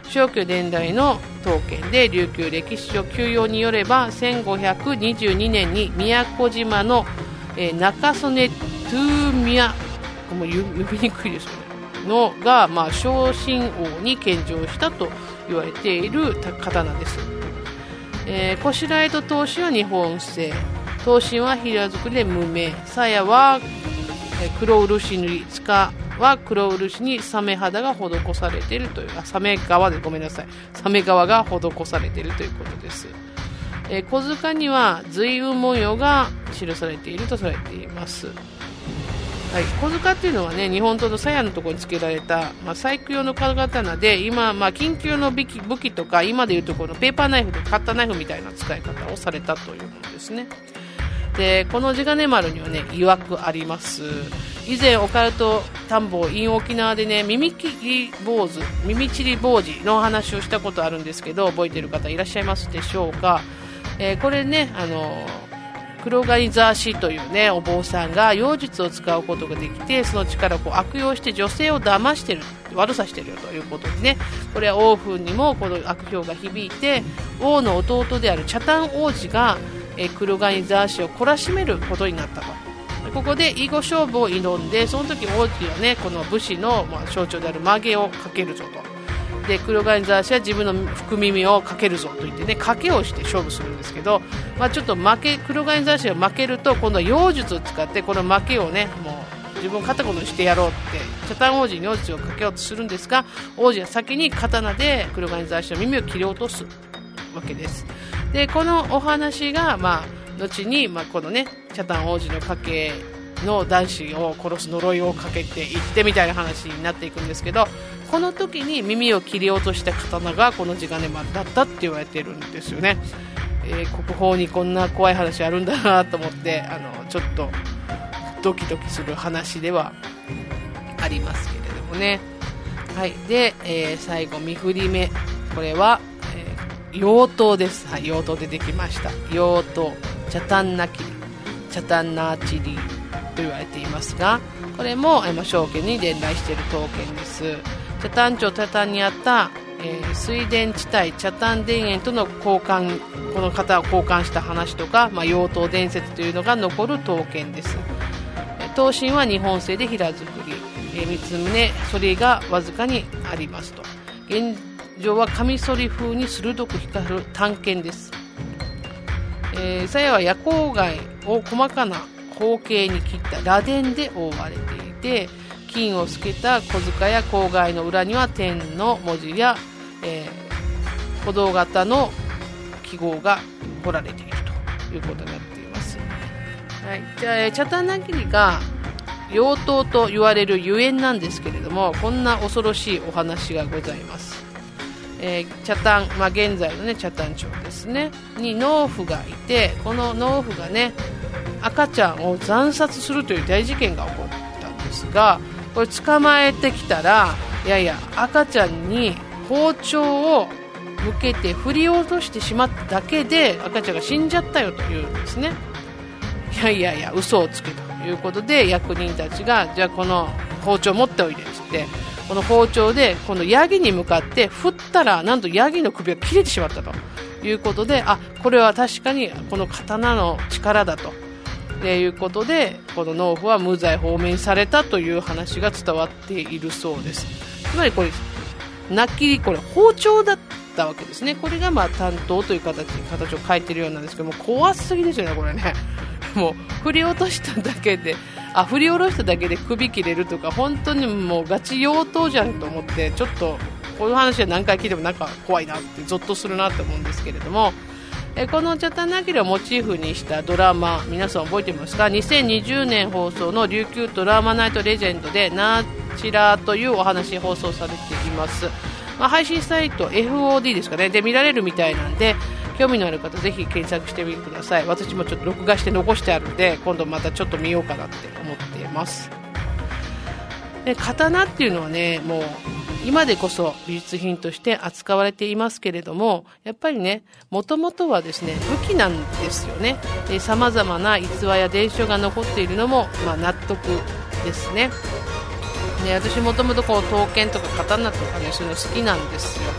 Speaker 1: 正久伝来の刀剣で、琉球歴史書旧要によればせんごひゃくにじゅうにねんに宮古島の、えー、中曽根トゥーミヤ、もう読みにくいですよね、のが、まあ、昇進王に献上したと言われている刀です。えー、こしらえと刀身は日本製、刀身は平作りで無名、鞘は、えー、黒漆塗り、柄は黒漆にサメ肌が施されているという、あ、サメ側でごめんなさい、サメ側が施されているということです。えー、小塚には随雲模様が記されているとされています。はい、小塚っていうのはね、日本刀の鞘のところにつけられた、まあ、細工用の刀で、今、まあ、緊急の武器、武器とか今でいうところのペーパーナイフとかカッターナイフみたいな使い方をされたというものですね。で、この地金丸にはね、曰くあります。以前オカルト探訪 in 沖縄でね、耳切り坊主、耳ちり坊主の話をしたことあるんですけど、覚えている方いらっしゃいますでしょうか。えー、これね、あのー黒貝ザーシというね、お坊さんが妖術を使うことができて、その力をこう悪用して女性を騙してる、悪さしてるよということでね、これは王府にもこの悪評が響いて、王の弟であるチャタン王子がえ黒貝ザーシを懲らしめることになったと。ここで囲碁勝負を挑んで、その時王子はね、この武士の、まあ、象徴である髷をかけるぞと。で、黒貝ザーシは自分の福耳をかけるぞと言ってね、賭けをして勝負するんですけど、まあ、ちょっと負け、黒貝ザーシが負けると、今度は妖術を使ってこの負けをね、もう自分を片言にしてやろうってチャタン王子に妖術をかけようとするんですが、王子は先に刀で黒貝ザーシの耳を切り落とすわけです。で、このお話が、まあ、後に、まあ、このね、チャタン王子の家系の男子を殺す呪いをかけていってみたいな話になっていくんですけど、この時に耳を切り落とした刀がこの地金丸だったって言われてるんですよね。えー、国宝にこんな怖い話あるんだなと思って、あのちょっとドキドキする話ではありますけれどもね。はい。で、えー、最後見振り目、これは、えー、妖刀です。はい、妖刀出てきました。妖刀チャタンナキリ、チャタンナーチリと言われていますが、これも、えー、正家に伝来している刀剣です。チャタン町チャタンにあった、えー、水田地帯チャタン田園との交換、この方を交換した話とか、まあ、妖刀伝説というのが残る刀剣です。刀身は日本製で平作り、えー、三つ胸反りがわずかにありますと。現状はカミソリ風に鋭く光る短剣です。えー、鞘は夜光貝を細かな方形に切った螺鈿で覆われていて、金をつけた小塚や郊外の裏には天の文字や、えー、歩道型の記号が彫られているということになっています。はい、じゃあ、えー、チャタンナキリが妖刀と言われるゆえんなんですけれども、こんな恐ろしいお話がございます。えー、チャタン、まあ、現在のねチャタン町ですねに農夫がいて、この農夫がね赤ちゃんを惨殺するという大事件が起こったんですが、これ捕まえてきたら、いやいや赤ちゃんに包丁を向けて振り落としてしまっただけで赤ちゃんが死んじゃったよというんですね。いやいやいや嘘をつけということで、役人たちがじゃあこの包丁持っておいでって言って、この包丁でこのヤギに向かって振ったら、なんとヤギの首が切れてしまったということで、あ、これは確かにこの刀の力だということで、この農夫は無罪放免されたという話が伝わっているそうです。つまりこれなっきりこれ包丁だったわけですね。これがまあ担当という形に形を変えているようなんですけども、怖すぎですよねこれね。もう振り落としただけで、あ、振り下ろしただけで首切れるとか、本当にもうガチ妖刀じゃんと思って、ちょっとこういう話は何回聞いてもなんか怖いなってゾッとするなと思うんですけれども、えこのチャタンナキリをモチーフにしたドラマ、皆さん覚えてますか？にせんにじゅうねん放送の琉球ドラマナイトレジェンドでナーチラーというお話放送されています。まあ、配信サイト エフオーディー ですかねで見られるみたいなんで、興味のある方ぜひ検索してみてください。私もちょっと録画して残してあるので、今度またちょっと見ようかなって思っています。で、刀っていうのはね、もう今でこそ美術品として扱われていますけれども、やっぱりね、もともとはですね、武器なんですよね。で、様々な逸話や伝承が残っているのも、まあ、納得ですね。で、私もともとこう刀剣とか刀とかね、そういうの好きなんですよ。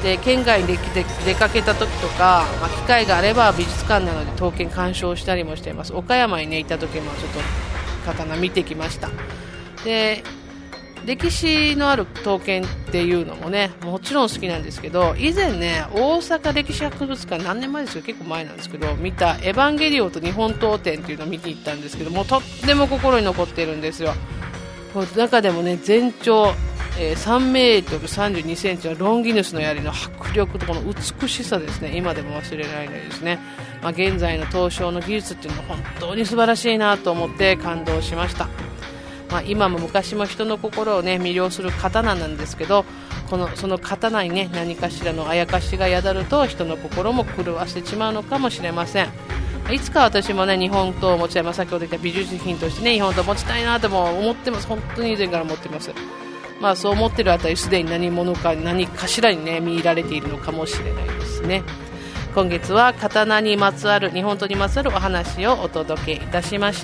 Speaker 1: で県外に出出かけた時とか、まあ、機会があれば美術館などで刀剣鑑賞したりもしています。岡山に、ね、行った時もちょっと刀見てきました。で歴史のある刀剣っていうのもねもちろん好きなんですけど、以前ね大阪歴史博物館、何年前ですよ、結構前なんですけど、見たエヴァンゲリオンと日本刀剣っていうのを見に行ったんですけども、とっても心に残っているんですよ。中でもね全長、えー、さんメートルさんじゅうにセンチのロンギヌスの槍の迫力とこの美しさですね、今でも忘れられないですね。まあ、現在の刀匠の技術っていうのは本当に素晴らしいなと思って感動しました。まあ、今も昔も人の心を、ね、魅了する刀なんですけど、このその刀に、ね、何かしらのあやかしが宿ると人の心も狂わせてしまうのかもしれません。いつか私も、ね、日本刀を持ちたい、まあ、先ほど言った美術品として、ね、日本刀を持ちたいなとも思ってます。本当に以前から思っています。まあ、そう思っているあたりすでに何者か何かしらに、ね、見入られているのかもしれないですね。今月は刀にまつわる日本刀にまつわるお話をお届けいたしました。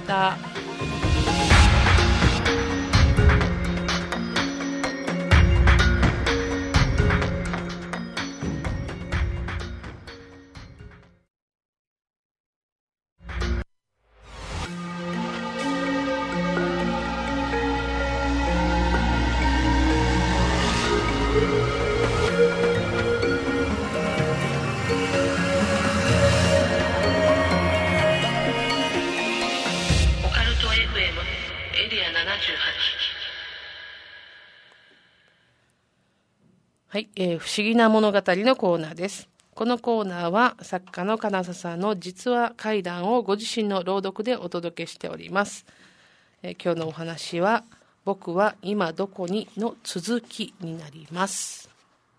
Speaker 1: はい、えー、不思議な物語のコーナーです。このコーナーは作家の金佐さんの実話怪談をご自身の朗読でお届けしております。えー、今日のお話は僕は今どこにの続きになります。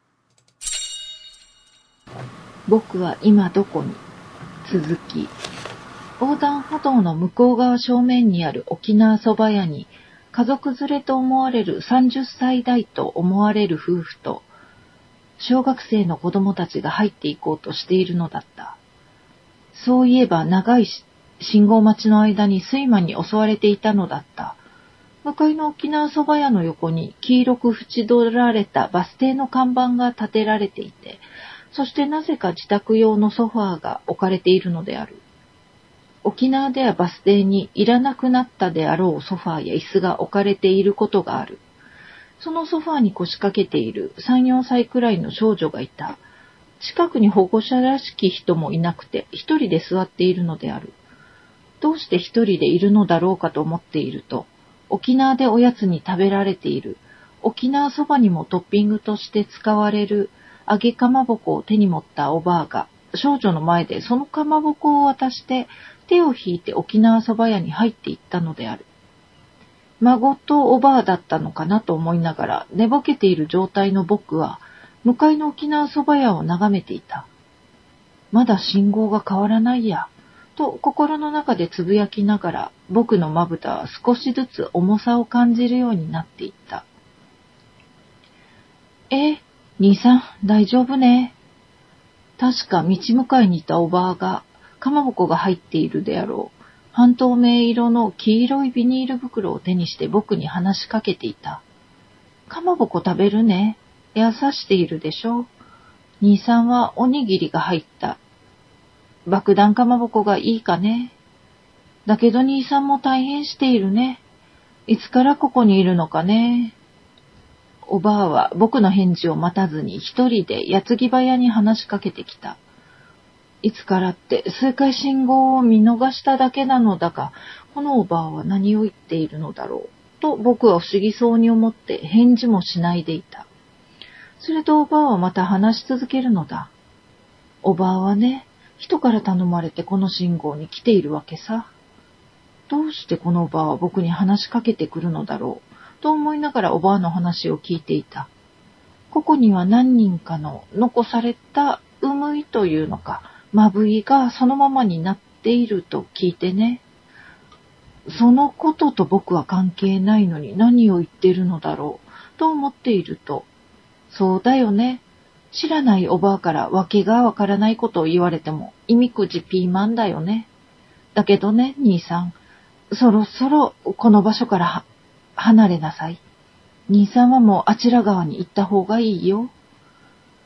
Speaker 2: 僕は今どこに続き。横断歩道の向こう側正面にある沖縄そば屋に家族連れと思われるさんじゅっさい代と思われる夫婦と小学生の子供たちが入っていこうとしているのだった。そういえば長い信号待ちの間に睡魔に襲われていたのだった。向かいの沖縄そば屋の横に黄色く縁取られたバス停の看板が立てられていて、そしてなぜか自宅用のソファーが置かれているのである。沖縄ではバス停にいらなくなったであろうソファーや椅子が置かれていることがある。そのソファーに腰掛けているさん、よんさいくらいの少女がいた。近くに保護者らしき人もいなくて、一人で座っているのである。どうして一人でいるのだろうかと思っていると、沖縄でおやつに食べられている、沖縄そばにもトッピングとして使われる揚げかまぼこを手に持ったおばあが、少女の前でそのかまぼこを渡して手を引いて沖縄そば屋に入っていったのである。孫とおばあだったのかなと思いながら寝ぼけている状態の僕は向かいの沖縄そば屋を眺めていた。まだ信号が変わらないやと心の中でつぶやきながら僕のまぶたは少しずつ重さを感じるようになっていった。え、兄さん大丈夫ね。確か道向かいにいたおばあがかまぼこが入っているであろう半透明色の黄色いビニール袋を手にして僕に話しかけていた。かまぼこ食べるね。優しているでしょ。兄さんはおにぎりが入った爆弾かまぼこがいいかね。だけど兄さんも大変しているね。いつからここにいるのかね。おばあは僕の返事を待たずに一人で矢継ぎ早に話しかけてきた。いつからって数回信号を見逃しただけなのだが、このおばあは何を言っているのだろうと僕は不思議そうに思って返事もしないでいた。するとおばあはまた話し続けるのだ。おばあはね、人から頼まれてこの信号に来ているわけさ。どうしてこのおばあは僕に話しかけてくるのだろうと思いながらおばあの話を聞いていた。ここには何人かの残されたうむいというのか、まぶいがそのままになっていると聞いてね。そのことと僕は関係ないのに何を言っているのだろうと思っていると、そうだよね。知らないおばあからわけがわからないことを言われても意味くじピーマンだよね。だけどね、兄さん、そろそろこの場所から離れなさい。兄さんはもうあちら側に行った方がいいよ。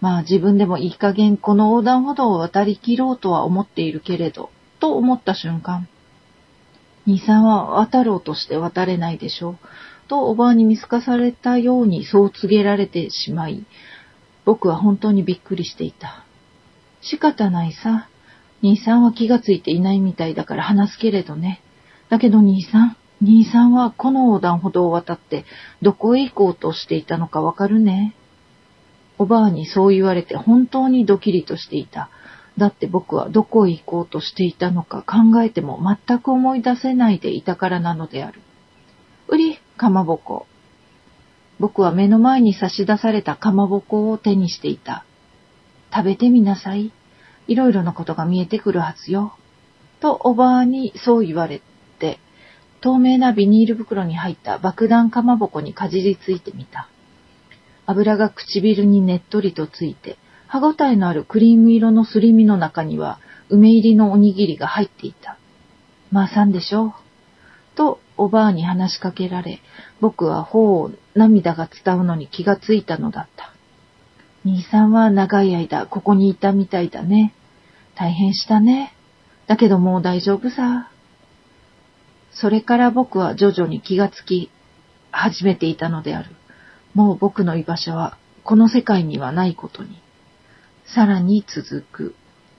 Speaker 2: まあ自分でもいい加減この横断歩道を渡り切ろうとは思っているけれど、と思った瞬間、兄さんは渡ろうとして渡れないでしょう、とおばあに見透かされたようにそう告げられてしまい、僕は本当にびっくりしていた。仕方ないさ。兄さんは気がついていないみたいだから話すけれどね。だけど兄さん、兄さんはこの横断歩道を渡ってどこへ行こうとしていたのかわかるね。おばあにそう言われて本当にドキリとしていた。だって僕はどこへ行こうとしていたのか考えても全く思い出せないでいたからなのである。うり、かまぼこ。僕は目の前に差し出されたかまぼこを手にしていた。食べてみなさい。いろいろなことが見えてくるはずよ。とおばあにそう言われて、透明なビニール袋に入った爆弾かまぼこにかじりついてみた。油が唇にねっとりとついて、歯ごたえのあるクリーム色のすり身の中には梅入りのおにぎりが入っていた。まあさんでしょう。とおばあに話しかけられ、僕は頬を涙が伝うのに気がついたのだった。兄さんは長い間ここにいたみたいだね。大変したね。だけどもう大丈夫さ。それから僕は徐々に気がつき始めていたのである。もう僕の居場所はこの世界にはないことに。さらに続く。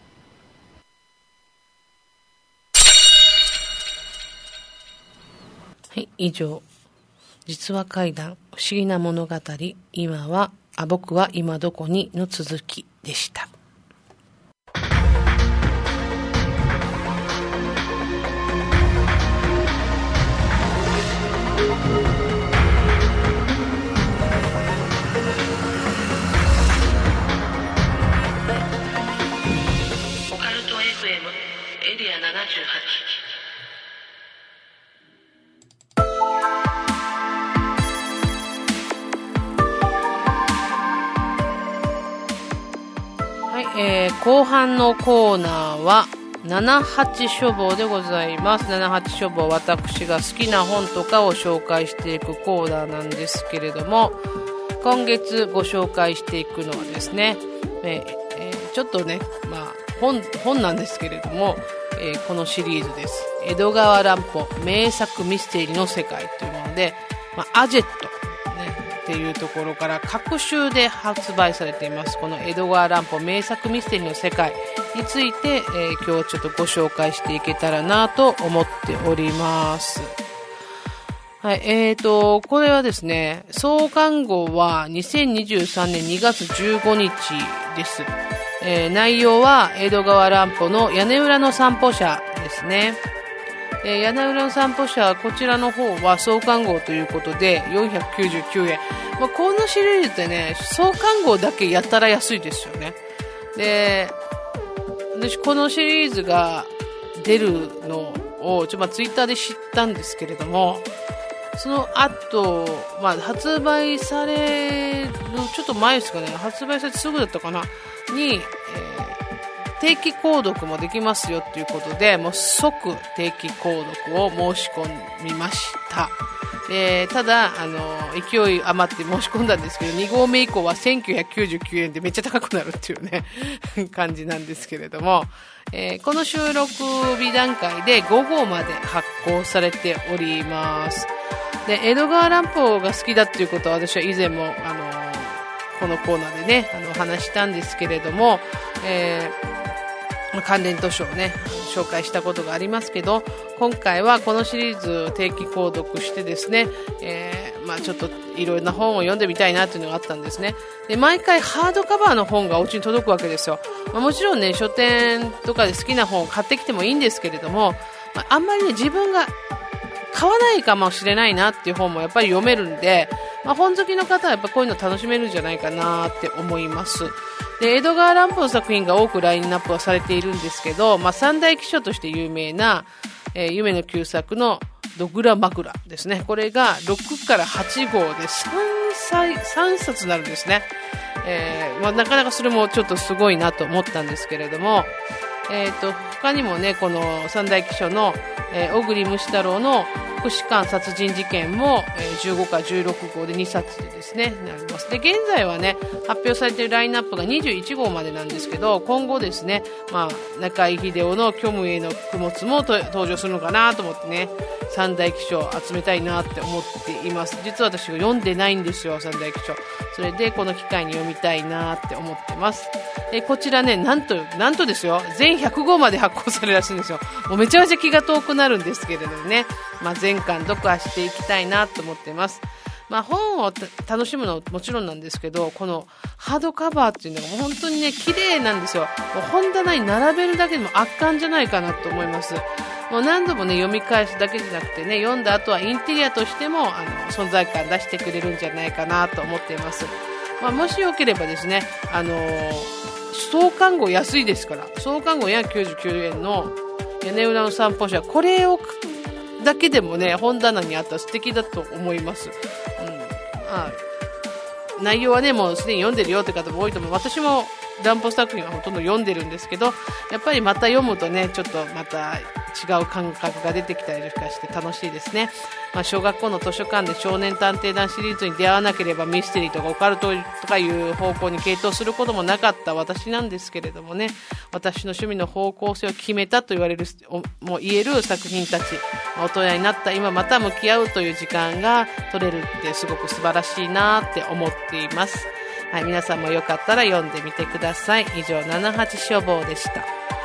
Speaker 1: はい、以上。実話怪談、不思議な物語、今は、あ、僕は今どこにの続きでした。オカルト エフエム エリアななじゅうはち。えー、後半のコーナーはななはち書房でございます。ななはち書房、私が好きな本とかを紹介していくコーナーなんですけれども、今月ご紹介していくのはですね、えーえー、ちょっとね、まあ、本, 本なんですけれども、えー、このシリーズです。江戸川乱歩名作ミステリーの世界というもので、まあ、アジェットっていうところから各週で発売されています。この江戸川乱歩名作ミステリーの世界について、えー、今日ちょっとご紹介していけたらなと思っております。はい、えーと、これはですね、創刊号はにせんにじゅうさんねんにがつじゅうごにちです。えー、内容は江戸川乱歩の屋根裏の散歩者ですね。えー、屋根裏の散歩者、こちらの方は創刊号ということでよんひゃくきゅうじゅうきゅうえん。まあ、このシリーズってね、創刊号だけやったら安いですよね。で、私このシリーズが出るのをちょ、まあ、ツイッターで知ったんですけれども、その後、まあ、発売されるちょっと前ですかね、発売されてすぐだったかなに、えー定期購読もできますよということで、もう即定期購読を申し込みました。えー、ただ、あの、勢い余って申し込んだんですけど、にごうめ以降はせんきゅうひゃくきゅうじゅうきゅうえんでめっちゃ高くなるっていうね、感じなんですけれども、えー、この収録日段階でごごうまで発行されております。で、江戸川乱歩が好きだっていうことは私は以前も、あの、このコーナーでね、あの、話したんですけれども、えー関連図書をね紹介したことがありますけど、今回はこのシリーズ定期購読してですね、えー、まあちょっといろいろな本を読んでみたいなっていうのがあったんですね。で、毎回ハードカバーの本がお家に届くわけですよ。まあ、もちろんね、書店とかで好きな本を買ってきてもいいんですけれども、まあ、あんまりね自分が買わないかもしれないなっていう本もやっぱり読めるんで、まあ、本好きの方はやっぱこういうの楽しめるんじゃないかなって思います。で、江戸川乱歩の作品が多くラインナップはされているんですけど、まあ、三大奇書として有名な、えー、夢の旧作のドグラマグラですね。これがろくからはちごうでさんさつになるんですね。えーまあ、なかなかそれもちょっとすごいなと思ったんですけれども、えーと、他にもね、この三大奇書の、えー、小栗虫太郎の福国士舘殺人事件も、えー、じゅうごかじゅうろくごうでにさつでですねなります。で現在はね発表されているラインナップがにじゅういちごうまでなんですけど、今後ですね、まあ、中井秀夫の虚無への供物も登場するのかなと思ってね、三大奇書を集めたいなって思っています。実は私が読んでないんですよ、三大奇書。それでこの機会に読みたいなって思ってます。えこちらね、なんとなんとですよ、全ひゃくごうまで発行されるらしいんですよ。もうめちゃめちゃ気が遠くなるんですけれどもね、まあ、全巻読破していきたいなと思っています。まあ、本を楽しむのはもちろんなんですけど、このハードカバーっていうのがもう本当にね綺麗なんですよ。もう本棚に並べるだけでも圧巻じゃないかなと思います。もう何度もね読み返すだけじゃなくてね、読んだ後はインテリアとしてもあの存在感出してくれるんじゃないかなと思っています。まあ、もしよければですね、あのー、創刊号安いですから、創刊号約きゅうじゅうきゅうえんの屋根裏の散歩者、これをだけでもね本棚にあったら素敵だと思います。うん、あ内容はねもうすでに読んでるよって方も多いと思う。私もダンポ作品はほとんど読んでるんですけど、やっぱりまた読むとねちょっとまた違う感覚が出てきたりとかして楽しいですね。まあ、小学校の図書館で少年探偵団シリーズに出会わなければミステリーとかオカルトとかいう方向に傾倒することもなかった私なんですけれどもね、私の趣味の方向性を決めたと言われるも言える作品たち、大人になった今また向き合うという時間が取れるってすごく素晴らしいなって思っています。はい、皆さんもよかったら読んでみてください。以上、ななはち書房でした。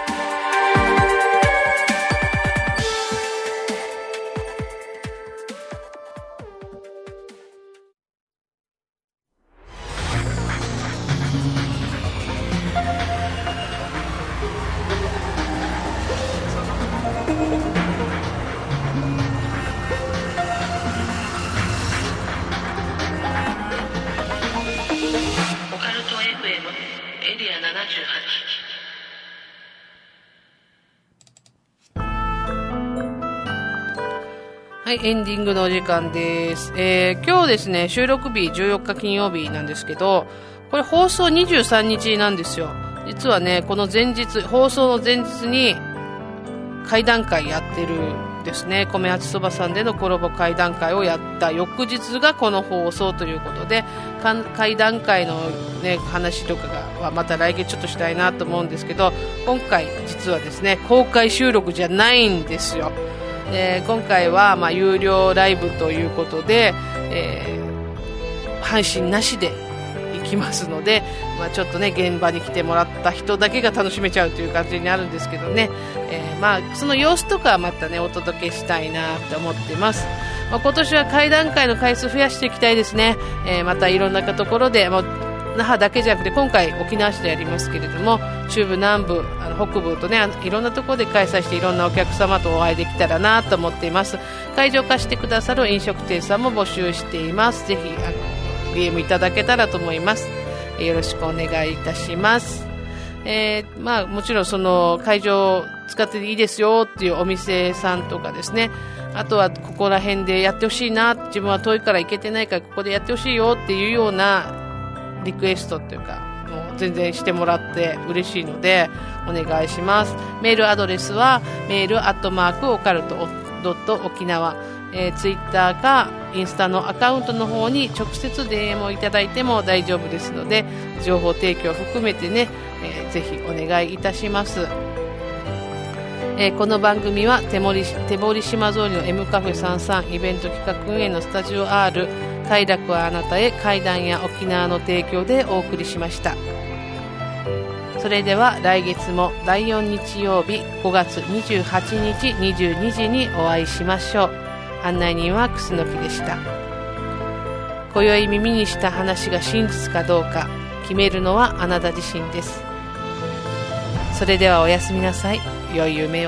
Speaker 1: はい、エンディングのお時間です。えー、今日ですね、収録日じゅうよっか金曜日なんですけど、これ放送にじゅうさんにちなんですよ。実はね、この前日、放送の前日に会談会やってるんですね。米八そばさんでのコラボ会談会をやった翌日がこの放送ということで、会談会の、ね、話とかがはまた来月ちょっとしたいなと思うんですけど、今回実はですね、公開収録じゃないんですよ。えー、今回はまあ有料ライブということで、えー、配信なしで行きますので、まあ、ちょっとね現場に来てもらった人だけが楽しめちゃうという感じになるんですけどね、えー、まあその様子とかはまたねお届けしたいなと思っています。まあ、今年は会談会の回数増やしていきたいですね。えー、またいろんなところで、まあ那覇だけじゃなくて今回沖縄市でやりますけれども、中部南部あの北部とねいろんなところで開催していろんなお客様とお会いできたらなと思っています。会場化してくださる飲食店さんも募集しています。ぜひあの ディーエム いただけたらと思います。よろしくお願いいたします。えーまあ、もちろんその会場使っていいですよっていうお店さんとかですね、あとはここら辺でやってほしいな、自分は遠いから行けてないからここでやってほしいよっていうようなリクエストというかもう全然してもらって嬉しいのでお願いします。メールアドレスはメールアットマークオカルトドット沖縄、えー、ツイッターかインスタのアカウントの方に直接 ディーエム をいただいても大丈夫ですので、情報提供を含めてね、えー、ぜひお願いいたします。えー、この番組は手堀手堀島通りの M カフェさんじゅうさんイベント企画運営のスタジオ R 快楽はあなたへ怪談や沖縄の提供でお送りしました。それでは来月もだいよん日曜日ごがつにじゅうはちにちにじゅうにじにお会いしましょう。案内人は楠木でした。今宵耳にした話が真実かどうか決めるのはあなた自身です。それではおやすみなさい。良い夢を。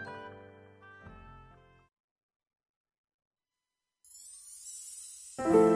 Speaker 3: you